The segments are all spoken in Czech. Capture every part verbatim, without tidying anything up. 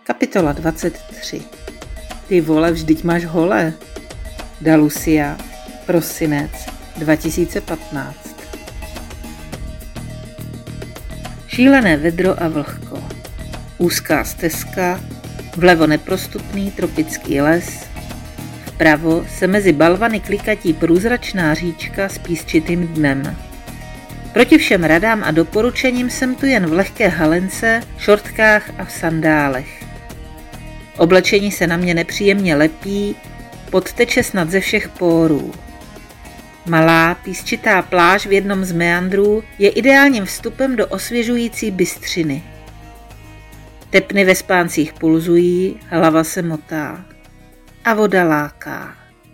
Kapitola dvacet tři. Ty vole, vždyť máš hole. Dalusia, prosinec dva tisíce patnáct. Šílené vedro a vlhko. Úzká stezka, vlevo neprostupný tropický les, vpravo se mezi balvany klikatí průzračná říčka s písčitým dnem. Proti všem radám a doporučením jsem tu jen v lehké halence, šortkách a v sandálech. Oblečení se na mě nepříjemně lepí, podteče snad ze všech pórů. Malá, písčitá pláž v jednom z meandrů je ideálním vstupem do osvěžující bystřiny. Tepny ve spáncích pulzují, hlava se motá. A voda láká.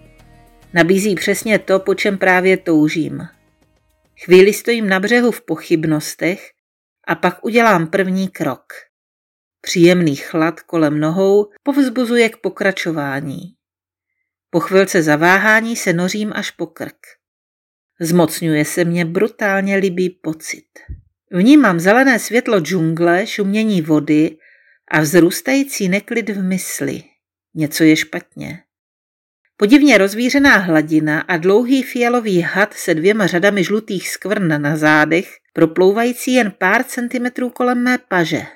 Nabízí přesně to, po čem právě toužím. Chvíli stojím na břehu v pochybnostech a pak udělám první krok. Příjemný chlad kolem nohou povzbuzuje k pokračování. Po chvilce zaváhání se nořím až po krk. Zmocňuje se mě brutálně libý pocit. Vnímám zelené světlo džungle, šumění vody a vzrůstající neklid v mysli. Něco je špatně. Podivně rozvířená hladina a dlouhý fialový had se dvěma řadami žlutých skvrn na zádech, proplouvající jen pár centimetrů kolem mé paže.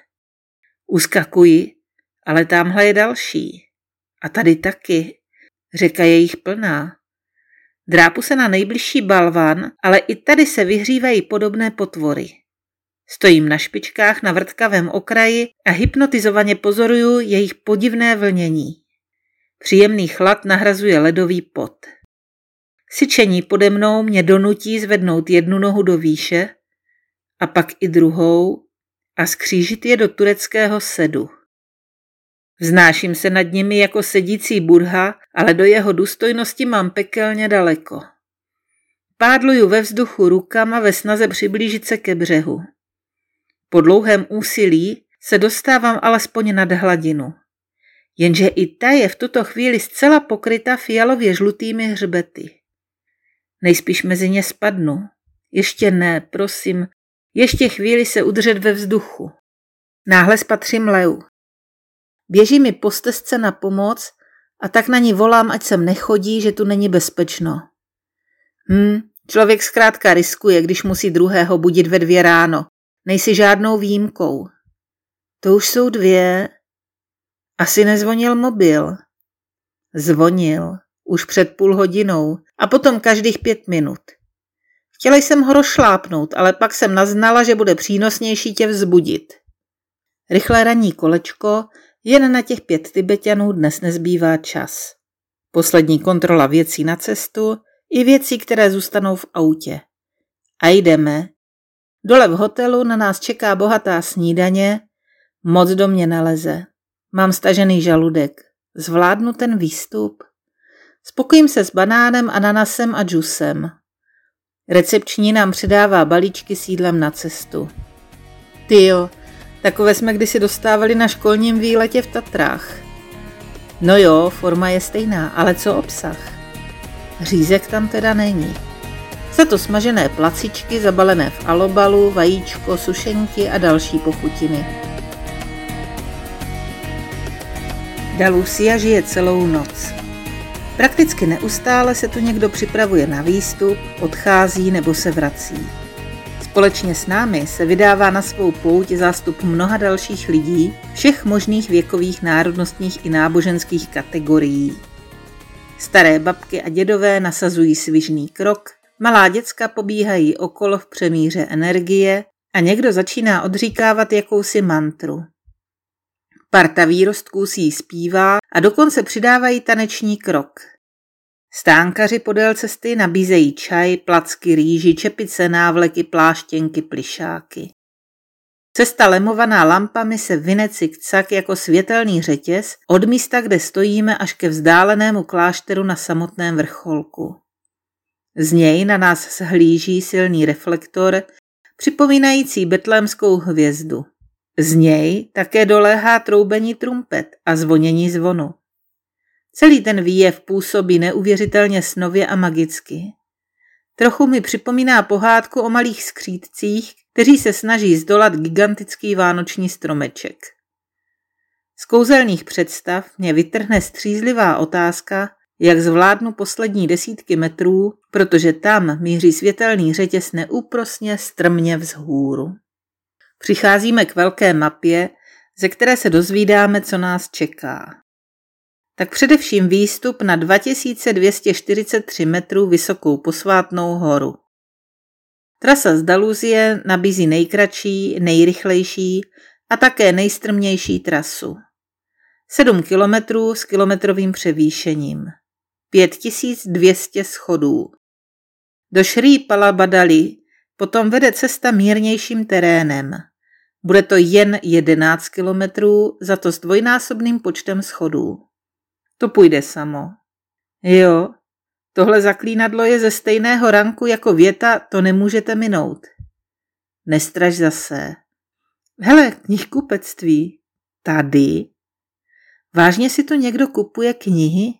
Uskakuji, ale tamhle je další. A tady taky. Řeka je jich plná. Drápu se na nejbližší balvan, ale i tady se vyhřívají podobné potvory. Stojím na špičkách na vrtkavém okraji a hypnotizovaně pozoruju jejich podivné vlnění. Příjemný chlad nahrazuje ledový pot. Syčení pode mnou mě donutí zvednout jednu nohu do výše a pak i druhou a skřížit je do tureckého sedu. Vznáším se nad nimi jako sedící Buddha, ale do jeho důstojnosti mám pekelně daleko. Pádluju ve vzduchu rukama ve snaze přiblížit se ke břehu. Po dlouhém úsilí se dostávám alespoň nad hladinu. Jenže i ta je v tuto chvíli zcela pokryta fialově žlutými hřbety. Nejspíš mezi ně spadnu. Ještě ne, prosím, ještě chvíli se udržet ve vzduchu. Náhle spatřím Leu. Běží mi po stezce na pomoc a tak na ní volám, ať sem nechodí, že tu není bezpečno. Hm, člověk zkrátka riskuje, když musí druhého budit ve dvě ráno. Nejsi žádnou výjimkou. To už jsou dvě. Asi nezvonil mobil. Zvonil. Už před půl hodinou a potom každých pět minut. Chtěla jsem ho rozšlápnout, ale pak jsem naznala, že bude přínosnější tě vzbudit. Rychlé ranní kolečko, jen na těch pět Tibeťanů dnes nezbývá čas. Poslední kontrola věcí na cestu i věcí, které zůstanou v autě. A jdeme. Dole v hotelu na nás čeká bohatá snídaně, moc do mě neleze. Mám stažený žaludek. Zvládnu ten výstup? Spokojím se s banánem, ananasem a džusem. Recepční nám předává balíčky s jídlem na cestu. Tyjo, takové jsme kdysi dostávali na školním výletě v Tatrách. No jo, forma je stejná, ale co obsah? Řízek tam teda není. Za to smažené placičky zabalené v alobalu, vajíčko, sušenky a další pochutiny. Dalusia žije celou noc. Prakticky neustále se tu někdo připravuje na výstup, odchází nebo se vrací. Společně s námi se vydává na svou pouť zástup mnoha dalších lidí, všech možných věkových, národnostních i náboženských kategorií. Staré babky a dědové nasazují svižný krok, malá děcka pobíhají okolo v přemíře energie a někdo začíná odříkávat jakousi mantru. Parta výrostků si ji zpívá a dokonce přidávají taneční krok. Stánkaři podél cesty nabízejí čaj, placky, rýži, čepice, návleky, pláštěnky, plišáky. Cesta lemovaná lampami se vyne cikcak jako světelný řetěz od místa, kde stojíme, až ke vzdálenému klášteru na samotném vrcholku. Z něj na nás shlíží silný reflektor, připomínající betlémskou hvězdu. Z něj také doléhá troubení trumpet a zvonění zvonu. Celý ten výjev působí neuvěřitelně snově a magicky. Trochu mi připomíná pohádku o malých skřítcích, kteří se snaží zdolat gigantický vánoční stromeček. Z kouzelných představ mě vytrhne střízlivá otázka, jak zvládnu poslední desítky metrů, protože tam míří světelný řetěz neúprosně strmě vzhůru. Přicházíme k velké mapě, ze které se dozvídáme, co nás čeká. Tak především výstup na dva tisíce dvě stě čtyřicet tři metrů vysokou posvátnou horu. Trasa z Daluzie nabízí nejkratší, nejrychlejší a také nejstrmější trasu. sedm kilometrů s kilometrovým převýšením. pět tisíc dvě stě schodů. Do Šrí Palabadali potom vede cesta mírnějším terénem. Bude to jen jedenáct kilometrů, za to s dvojnásobným počtem schodů. To půjde samo. Jo, tohle zaklínadlo je ze stejného ranku jako věta, to nemůžete minout. Nestraž zase. Hele, knihkupectví. Tady? Vážně si tu někdo kupuje knihy?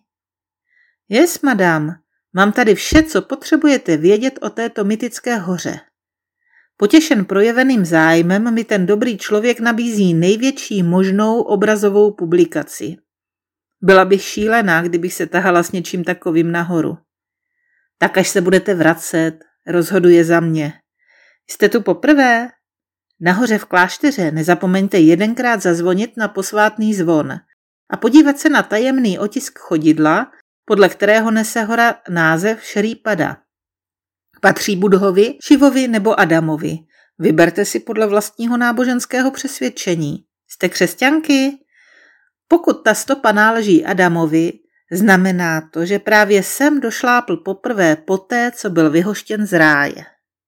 Yes, madam, mám tady vše, co potřebujete vědět o této mytické hoře. Potěšen projeveným zájmem mi ten dobrý člověk nabízí největší možnou obrazovou publikaci. Byla bych šílená, kdybych se tahala s něčím takovým nahoru. Tak až se budete vracet, rozhoduje za mě. Jste tu poprvé? Nahoře v klášteře nezapomeňte jedenkrát zazvonit na posvátný zvon a podívat se na tajemný otisk chodidla, podle kterého nese hora název Šrípada. Patří Budhovi, Šivovi nebo Adamovi. Vyberte si podle vlastního náboženského přesvědčení. Jste křesťanky? Pokud ta stopa náleží Adamovi, znamená to, že právě sem došlápl poprvé poté, co byl vyhoštěn z ráje.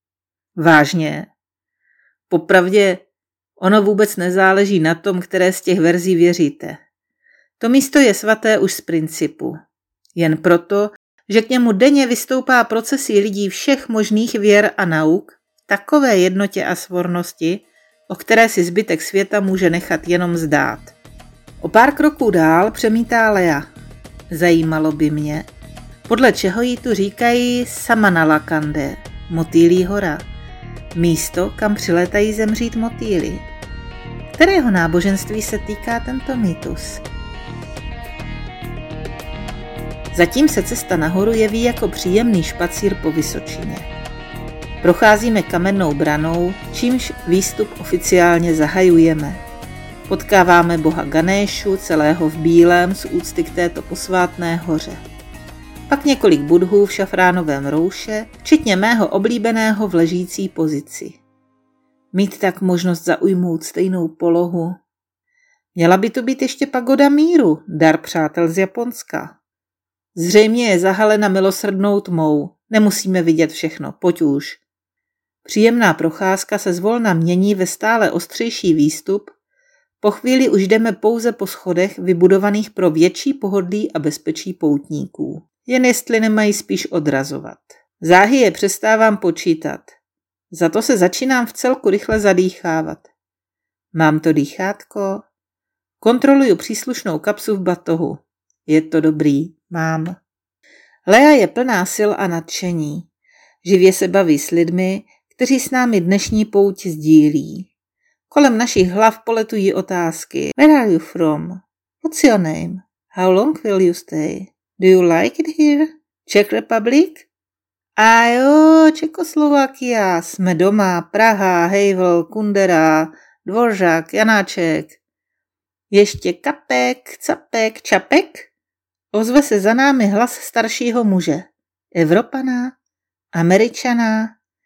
Vážně? Popravdě, ono vůbec nezáleží na tom, které z těch verzí věříte. To místo je svaté už z principu. Jen proto, že k němu denně vystoupá procesí lidí všech možných věr a nauk, takové jednotě a svornosti, o které si zbytek světa může nechat jenom zdát. O pár kroků dál přemítá Lea. Zajímalo by mě, podle čeho jí tu říkají Samanalakande, Motýlí hora, místo, kam přilétají zemřít motýly. Kterého náboženství se týká tento mýtus? Zatím se cesta nahoru jeví jako příjemný špacír po vysočině. Procházíme kamennou branou, čímž výstup oficiálně zahajujeme. Potkáváme boha Ganéšu, celého v bílém z úcty k této posvátné hoře. Pak několik budhů v šafránovém rouše, včetně mého oblíbeného v ležící pozici. Mít tak možnost zaujmout stejnou polohu. Měla by to být ještě pagoda míru, dar přátel z Japonska. Zřejmě je zahalena milosrdnou tmou, nemusíme vidět všechno, pojď už. Příjemná procházka se zvolna mění ve stále ostřejší výstup, po chvíli už jdeme pouze po schodech vybudovaných pro větší pohodlí a bezpečí poutníků. Jen jestli nemají spíš odrazovat. Záhy je přestávám počítat. Za to se začínám v celku rychle zadýchávat. Mám to dýchátko? Kontroluju příslušnou kapsu v batohu. Je to dobrý, mám. Lea je plná sil a nadšení. Živě se baví s lidmi, kteří s námi dnešní pouť sdílí. Kolem našich hlav poletují otázky. Where are you from? What's your name? How long will you stay? Do you like it here? Czech Republic? A jo, Čekoslovakia, jsme doma, Praha, Hejvel, Kundera, Dvořák, Janáček. Ještě kapek, capek, čapek? Ozve se za námi hlas staršího muže. Evropana? Američana?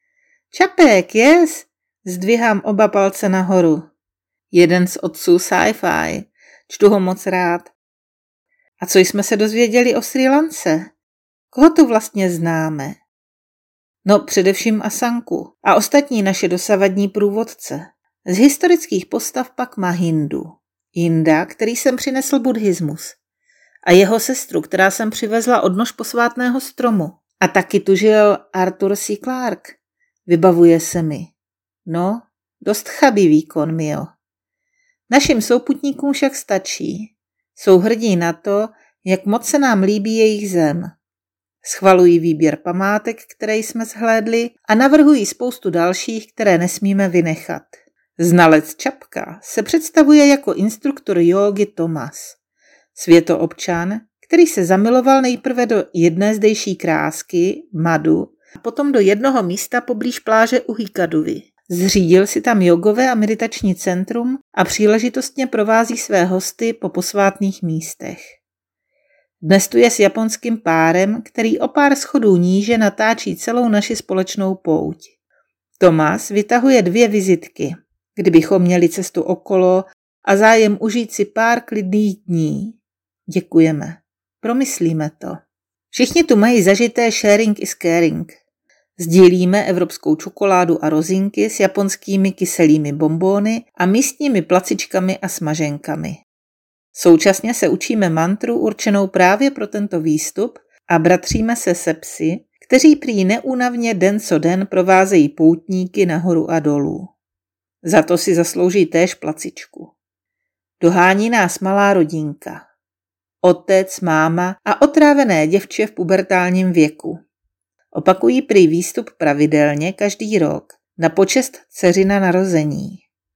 Čapek, yes! Zdvihám oba palce nahoru. Jeden z otců sci-fi. Čtu ho moc rád. A co jsme se dozvěděli o Srí Lance? Koho tu vlastně známe? No především Asanku a ostatní naše dosavadní průvodce. Z historických postav pak Mahindu. Inda, který sem přinesl buddhismus. A jeho sestru, která sem přivezla odnož posvátného stromu. A taky tu žil Arthur C. Clarke. Vybavuje se mi. No, dost chabý výkon, Mio. Našim souputníkům však stačí. Jsou hrdí na to, jak moc se nám líbí jejich zem. Schvalují výběr památek, které jsme zhlédli, a navrhují spoustu dalších, které nesmíme vynechat. Znalec Čapka se představuje jako instruktor jógy Tomas, světoobčan, který se zamiloval nejprve do jedné zdejší krásky, Madu, a potom do jednoho místa poblíž pláže u Hikaduvy. Zřídil si tam jogové a meditační centrum a příležitostně provází své hosty po posvátných místech. Dnes tu je s japonským párem, který o pár schodů níže natáčí celou naši společnou pouť. Tomas vytahuje dvě vizitky, kdybychom měli cestu okolo a zájem užít si pár klidných dní. Děkujeme. Promyslíme to. Všichni tu mají zažité sharing is caring. Sdílíme evropskou čokoládu a rozinky s japonskými kyselými bonbóny a místními placičkami a smaženkami. Současně se učíme mantru určenou právě pro tento výstup a bratříme se se psy, kteří prý neúnavně den co den provázejí poutníky nahoru a dolů. Za to si zaslouží též placičku. Dohání nás malá rodinka. Otec, máma a otrávené děvče v pubertálním věku. Opakují prý výstup pravidelně každý rok na počest dceřina narození.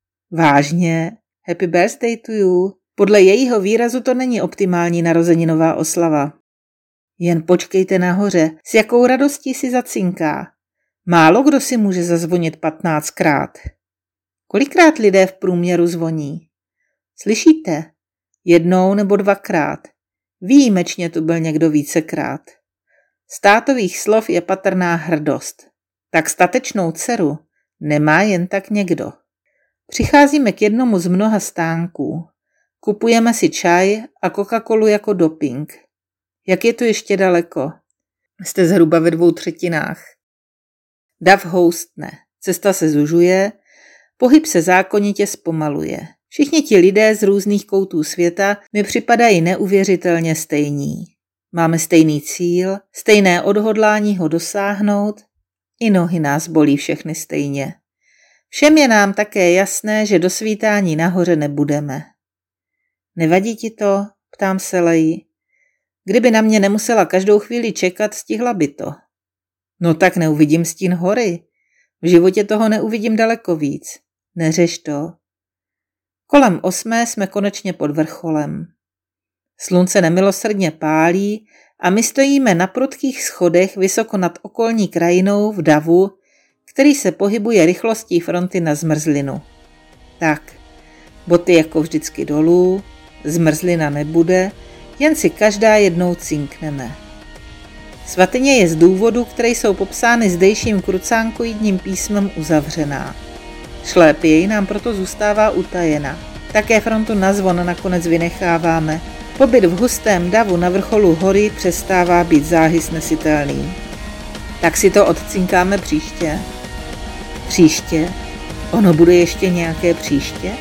Vážně, happy birthday to you. Podle jejího výrazu to není optimální narozeninová oslava. Jen počkejte nahoře, s jakou radostí si zacinká. Málo kdo si může zazvonit patnáctkrát. Kolikrát lidé v průměru zvoní? Slyšíte? Jednou nebo dvakrát. Výjimečně tu byl někdo vícekrát. Z tátových slov je patrná hrdost. Tak statečnou dceru nemá jen tak někdo. Přicházíme k jednomu z mnoha stánků. Kupujeme si čaj a Coca-Colu jako doping. Jak je to ještě daleko? Jste zhruba ve dvou třetinách. Dav houstne, cesta se zužuje, pohyb se zákonitě zpomaluje. Všichni ti lidé z různých koutů světa mi připadají neuvěřitelně stejní. Máme stejný cíl, stejné odhodlání ho dosáhnout, i nohy nás bolí všechny stejně. Všem je nám také jasné, že do svítání nahoře nebudeme. Nevadí ti to? Ptám se Leji. Kdyby na mě nemusela každou chvíli čekat, stihla by to. No tak neuvidím stín hory. V životě toho neuvidím daleko víc. Neřeš to. Kolem osmé jsme konečně pod vrcholem. Slunce nemilosrdně pálí a my stojíme na prudkých schodech vysoko nad okolní krajinou v davu, který se pohybuje rychlostí fronty na zmrzlinu. Tak, boty jako vždycky dolů, zmrzlina nebude, jen si každá jednou cinkneme. Svatyně je z důvodu, které jsou popsány zdejším krucánkoidním písmem uzavřená. Šlépěji nám proto zůstává utajena. Také frontu na zvon nakonec vynecháváme. Pobyt v hustém davu na vrcholu hory přestává být záhy snesitelný. Tak si to odcinkáme příště. Příště? Ono bude ještě nějaké příště?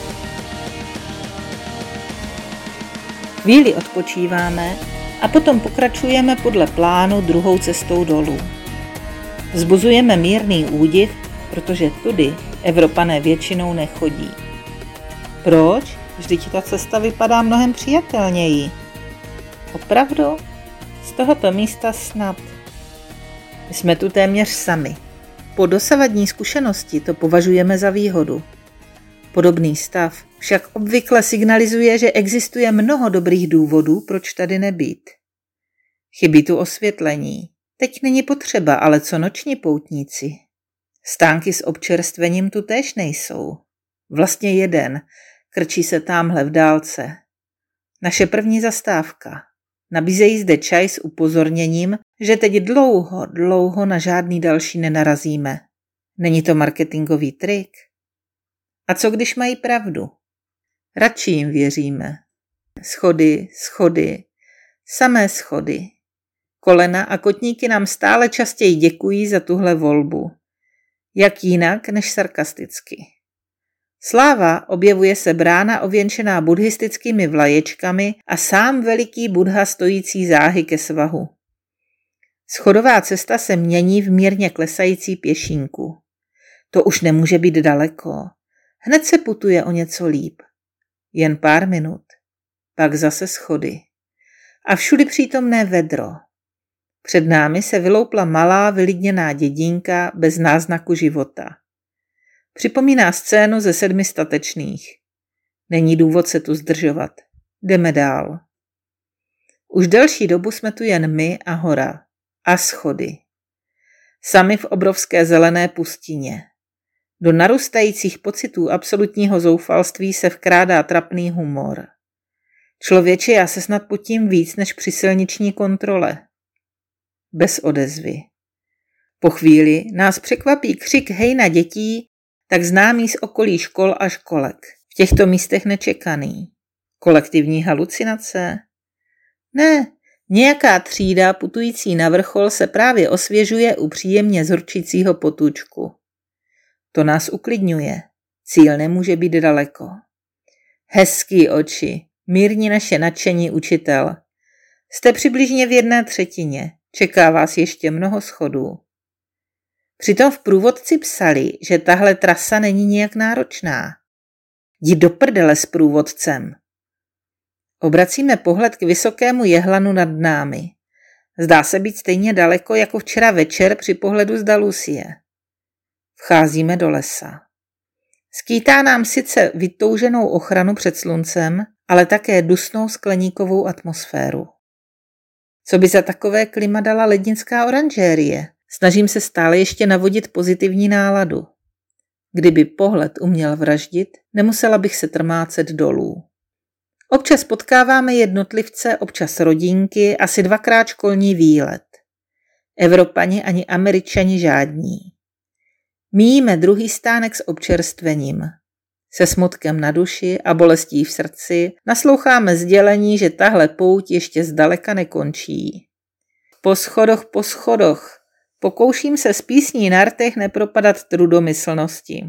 Chvíli odpočíváme a potom pokračujeme podle plánu druhou cestou dolů. Vzbuzujeme mírný údiv, protože tudy Evropané většinou nechodí. Proč? Vždyť ta cesta vypadá mnohem přijatelněji. Opravdu? Z tohoto místa snad. My jsme tu téměř sami. Po dosavadní zkušenosti to považujeme za výhodu. Podobný stav však obvykle signalizuje, že existuje mnoho dobrých důvodů, proč tady nebýt. Chybí tu osvětlení. Teď není potřeba, ale co noční poutníci? Stánky s občerstvením tu též nejsou. Vlastně jeden, krčí se támhle v dálce. Naše první zastávka. Nabízejí zde čaj s upozorněním, že teď dlouho, dlouho na žádný další nenarazíme. Není to marketingový trik? A co když mají pravdu? Radši jim věříme. Schody, schody, samé schody. Kolena a kotníky nám stále častěji děkují za tuhle volbu. Jak jinak než sarkasticky. Sláva, objevuje se brána ověnčená buddhistickými vlaječkami a sám veliký Buddha stojící záhy ke svahu. Schodová cesta se mění v mírně klesající pěšinku. To už nemůže být daleko. Hned se putuje o něco líp. Jen pár minut. Pak zase schody. A všudy přítomné vedro. Před námi se vyloupla malá vylidněná dědinka bez náznaku života. Připomíná scénu ze Sedmi statečných. Není důvod se tu zdržovat. Jdeme dál. Už delší dobu jsme tu jen my a hora. A schody. Sami v obrovské zelené pustině. Do narůstajících pocitů absolutního zoufalství se vkrádá trapný humor. Člověče, já se snad potím víc než při silniční kontrole. Bez odezvy. Po chvíli nás překvapí křik hejna dětí, tak známý z okolí škol a školek. V těchto místech nečekaný. Kolektivní halucinace? Ne, nějaká třída putující na vrchol se právě osvěžuje u příjemně zhorčícího potůčku. To nás uklidňuje. Cíl nemůže být daleko. Hezký oči, mírní naše nadšení učitel. Jste přibližně v jedné třetině. Čeká vás ještě mnoho schodů. Přitom v průvodci psali, že tahle trasa není nijak náročná. Jdi do prdele s průvodcem. Obracíme pohled k vysokému jehlanu nad námi. Zdá se být stejně daleko jako včera večer při pohledu z Dalusie. Vcházíme do lesa. Skýtá nám sice vytouženou ochranu před sluncem, ale také dusnou skleníkovou atmosféru. Co by za takové klima dala lednická oranžérie? Snažím se stále ještě navodit pozitivní náladu. Kdyby pohled uměl vraždit, nemusela bych se trmácet dolů. Občas potkáváme jednotlivce, občas rodinky, asi dvakrát školní výlet. Evropani ani Američani žádní. Míjíme druhý stánek s občerstvením. Se smutkem na duši a bolestí v srdci nasloucháme sdělení, že tahle pouť ještě zdaleka nekončí. Po schodoch, po schodoch. Pokouším se s písní na rtech nepropadat trudomyslnosti.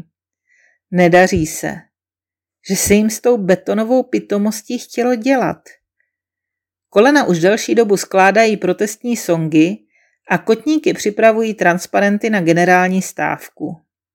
Nedaří se. Že se jim s tou betonovou pitomostí chtělo dělat. Kolena už delší dobu skládají protestní songy a kotníky připravují transparenty na generální stávku.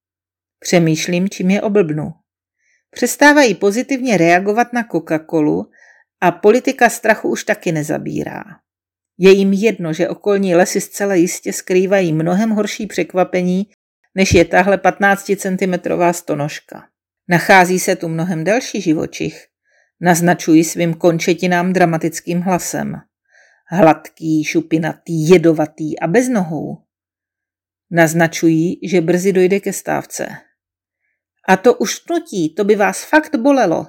Přemýšlím, čím je oblbnu. Přestávají pozitivně reagovat na Coca-Colu a politika strachu už taky nezabírá. Je jim jedno, že okolní lesy zcela jistě skrývají mnohem horší překvapení, než je tahle patnácticentimetrová stonožka. Nachází se tu mnohem další živočich. Naznačují svým končetinám dramatickým hlasem. Hladký, šupinatý, jedovatý a bez nohou. Naznačují, že brzy dojde ke stávce. A to už nutí, to by vás fakt bolelo.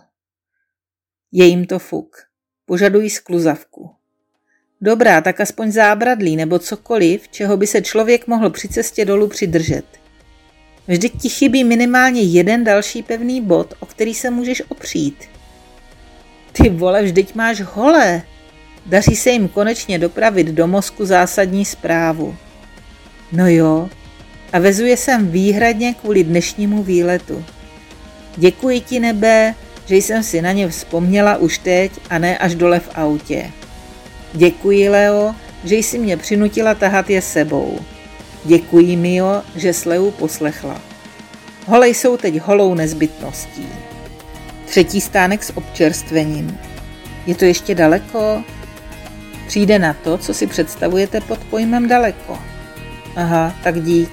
Je jim to fuk. Požadují skluzavku. Dobrá, tak aspoň zábradlí nebo cokoliv, čeho by se člověk mohl při cestě dolů přidržet. Vždyť ti chybí minimálně jeden další pevný bod, o který se můžeš opřít. Ty vole, vždyť máš holé. Daří se jim konečně dopravit do mozku zásadní zprávu. No jo, a vezuje sem výhradně kvůli dnešnímu výletu. Děkuji ti, nebe, že jsem si na ně vzpomněla už teď a ne až dole v autě. Děkuji, Leo, že jsi mě přinutila tahat je sebou. Děkuji, Mio, že slevu poslechla. Hole jsou teď holou nezbytností. Třetí stánek s občerstvením. Je to ještě daleko? Přijde na to, co si představujete pod pojmem daleko. Aha, tak dík.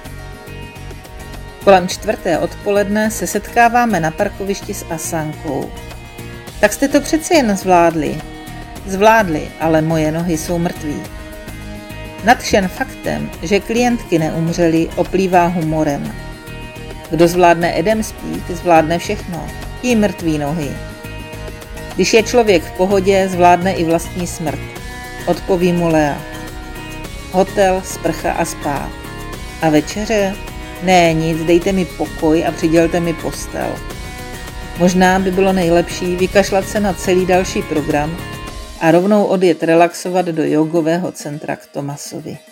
Kolem čtvrté odpoledne se setkáváme na parkovišti s Asankou. Tak jste to přece jen zvládli. Zvládli, ale moje nohy jsou mrtví. Nadšen faktem, že klientky neumřely, oplývá humorem. Kdo zvládne Adam Speak, zvládne všechno, i mrtví nohy. Když je člověk v pohodě, zvládne i vlastní smrt. Odpoví mu Lea. Hotel, sprcha a spát. A večeře? Ne, nic, dejte mi pokoj a přidělte mi postel. Možná by bylo nejlepší vykašlat se na celý další program a rovnou odjet relaxovat do jogového centra k Tomasovi.